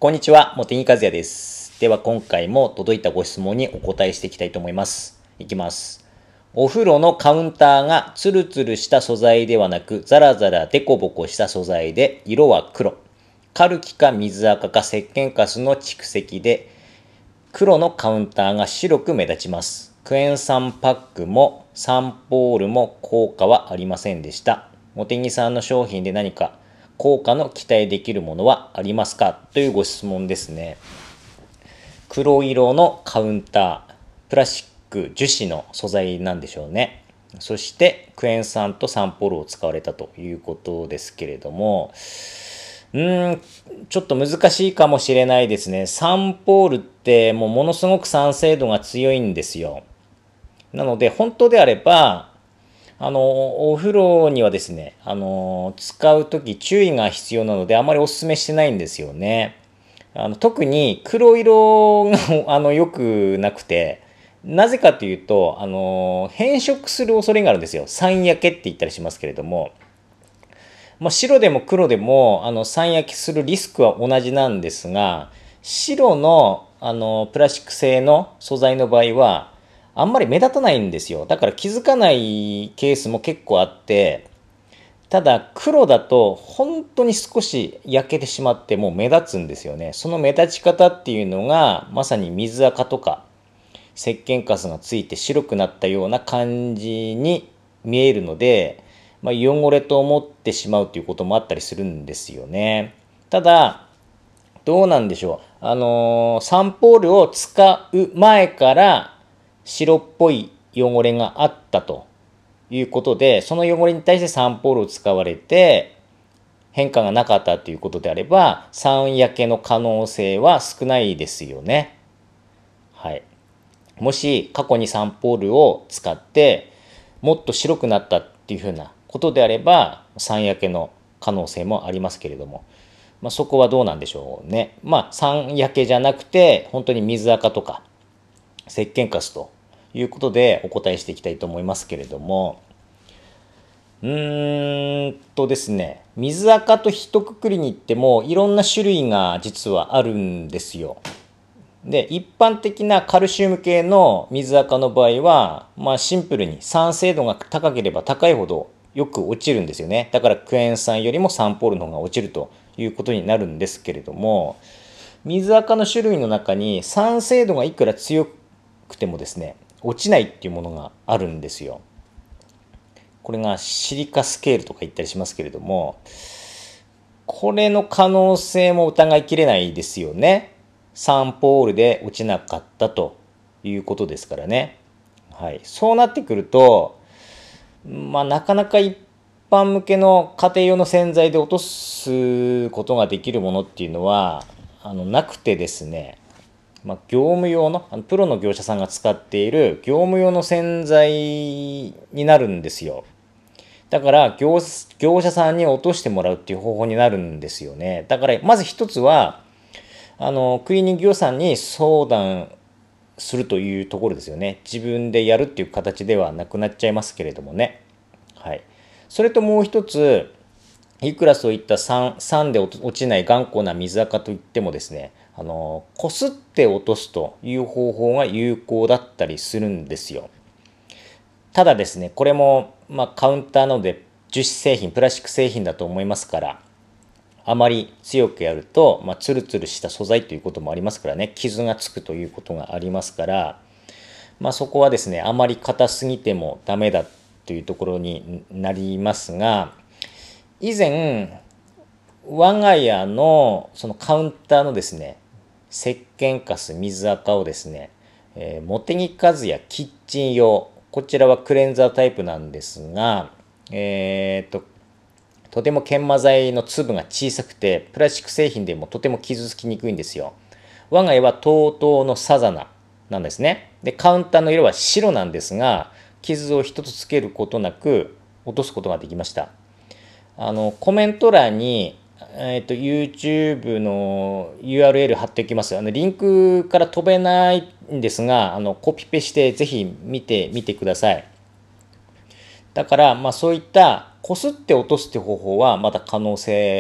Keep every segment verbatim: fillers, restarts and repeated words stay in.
こんにちは、茂木和也です。では今回も届いたご質問にお答えしていきたいと思います。いきます。お風呂のカウンターがツルツルした素材ではなく、ザラザラデコボコした素材で、色は黒。カルキか水垢か石鹸カスの蓄積で、黒のカウンターが白く目立ちます。クエン酸パックもサンポールも効果はありませんでした。茂木さんの商品で何か効果の期待できるものはありますかというご質問ですね。黒色のカウンター、プラスチック樹脂の素材なんでしょうね。そしてクエン酸とサンポールを使われたということですけれども、うーん、ちょっと難しいかもしれないですね。サンポールってもうものすごく酸性度が強いんですよ。なので本当であれば、あの、お風呂にはですね、あの、使うとき注意が必要なので、あまりお勧めしてないんですよね。あの特に黒色があのよくなくて、なぜかというと、あの、変色する恐れがあるんですよ。酸焼けって言ったりしますけれども、まあ、白でも黒でも、あの、酸焼けするリスクは同じなんですが、白の、あの、プラスチック製の素材の場合は、あんまり目立たないんですよ。だから気づかないケースも結構あって、ただ黒だと本当に少し焼けてしまってもう目立つんですよね。その目立ち方っていうのがまさに水垢とか石鹸カスがついて白くなったような感じに見えるので、まあ、汚れと思ってしまうということもあったりするんですよね。ただどうなんでしょう。あのーサンポールを使う前から白っぽい汚れがあったということで、その汚れに対してサンポールを使われて変化がなかったということであれば、酸焼けの可能性は少ないですよね。はい。もし過去にサンポールを使ってもっと白くなったっていうふうなことであれば、酸焼けの可能性もありますけれども、まあ、そこはどうなんでしょうね。まあ酸焼けじゃなくて本当に水垢とか石鹸カスということでお答えしていきたいと思いますけれども、うーんとですね、水垢と一括りに言ってもいろんな種類が実はあるんですよ。で、一般的なカルシウム系の水垢の場合は、まあシンプルに酸性度が高ければ高いほどよく落ちるんですよね。だからクエン酸よりもサンポールの方が落ちるということになるんですけれども、水垢の種類の中に酸性度がいくら強くてもですね、落ちないっていうものがあるんですよ。これがシリカスケールとか言ったりしますけれども、これの可能性も疑いきれないですよね。サンポールで落ちなかったということですからね。はい。そうなってくると、まあなかなか一般向けの家庭用の洗剤で落とすことができるものっていうのは、あの、なくてですね、まあ、業務用の、あのプロの業者さんが使っている業務用の洗剤になるんですよ。だから業、業者さんに落としてもらうっていう方法になるんですよね。だからまず一つは、あの、クリーニング業者さんに相談するというところですよね。自分でやるっていう形ではなくなっちゃいますけれどもね。はい。それともう一つ、いくらそういった酸、酸で落ちない頑固な水垢といってもですね、あの、こすって落とすという方法が有効だったりするんですよ。ただですね、これも、まあ、カウンターなので樹脂製品、プラスチック製品だと思いますから、あまり強くやると、まあ、ツルツルした素材ということもありますからね、傷がつくということがありますから、まあ、そこはですね、あまり硬すぎてもダメだというところになりますが、以前、我が家のそのカウンターのですね、石鹸カス水垢をですね、えー、茂木和也キッチン用、こちらはクレンザータイプなんですが、えー、と、とても研磨剤の粒が小さくて、プラスチック製品でもとても傷つきにくいんですよ。我が家は トートー のサザナなんですね。で、カウンターの色は白なんですが、傷を一つつけることなく落とすことができました。あの、コメント欄に、えっと、YouTube の ユーアールエル 貼っておきます。あの、リンクから飛べないんですが、あの、コピペしてぜひ見てみてください。だから、まあそういった、こすって落とすって方法はまだ可能性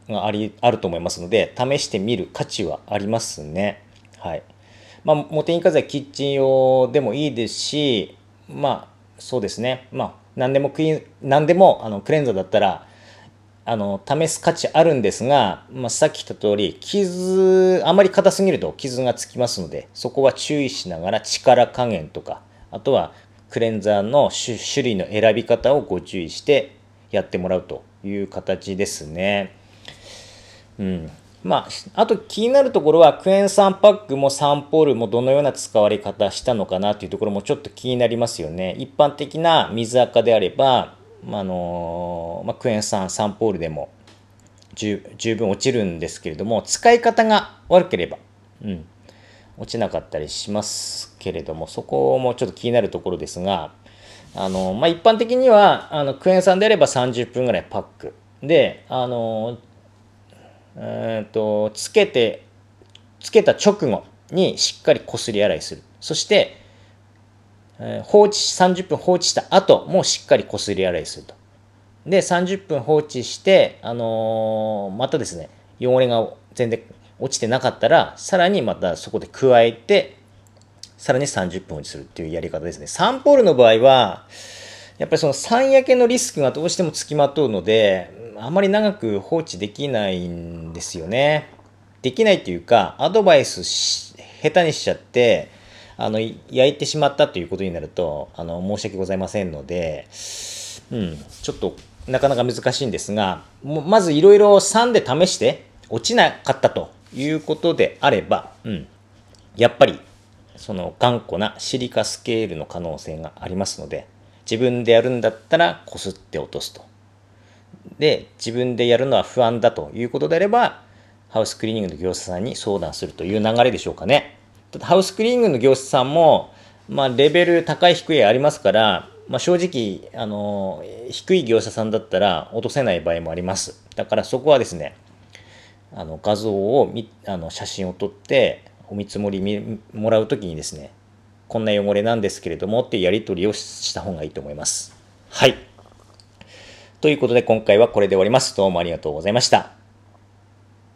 があり、あると思いますので、試してみる価値はありますね。はい。まあ、モテニカ剤キッチン用でもいいですし、まあ、そうですね。まあ、何でもクイ何でも、あの、クレンザーだったら、あの、試す価値あるんですが、まあ、さっき言った通り、傷、あまり硬すぎると傷がつきますので、そこは注意しながら力加減とか、あとはクレンザーの種種類の選び方をご注意してやってもらうという形ですね。うん。まあ、あと気になるところは、クエン酸パックもサンポールもどのような使われ方したのかなというところもちょっと気になりますよね。一般的な水垢であれば、まあのまあ、クエン酸、サンポールでも十分落ちるんですけれども、使い方が悪ければ、うん、落ちなかったりしますけれども、そこもちょっと気になるところですが、あのまあ、一般的にはあのクエン酸であればさんじゅっぷんぐらいパックで、あのえー、とつけてつけた直後にしっかりこすり洗いする。そして、えー、放置さんじゅっぷん放置した後もしっかりこすり洗いすると。でさんじゅっぷん放置して、あのーまたですね、汚れが全然落ちてなかったら、さらにまたそこで加えて、さらにさんじゅっぷん放置するっていうやり方ですね。サンポールの場合はやっぱりその酸焼けのリスクがどうしてもつきまとうので、あまり長く放置できないんですよね。できないっていうか、アドバイスし下手にしちゃって、あの、焼いてしまったということになると、あの、申し訳ございませんので、うん、ちょっとなかなか難しいんですが、まずいろいろ酸で試して落ちなかったということであれば、うん、やっぱりその頑固なシリカスケールの可能性がありますので、自分でやるんだったらこすって落とすと。で、自分でやるのは不安だということであれば、ハウスクリーニングの業者さんに相談するという流れでしょうかね。ハウスクリーニングの業者さんも、まあ、レベル高い低いありますから、まあ、正直、あの、低い業者さんだったら落とせない場合もあります。だからそこはですね、あの画像をみあの写真を撮ってお見積もりみもらうときにですね、こんな汚れなんですけれどもっていうやり取りをした方がいいと思います。はい。ということで今回はこれで終わります。どうもありがとうございました。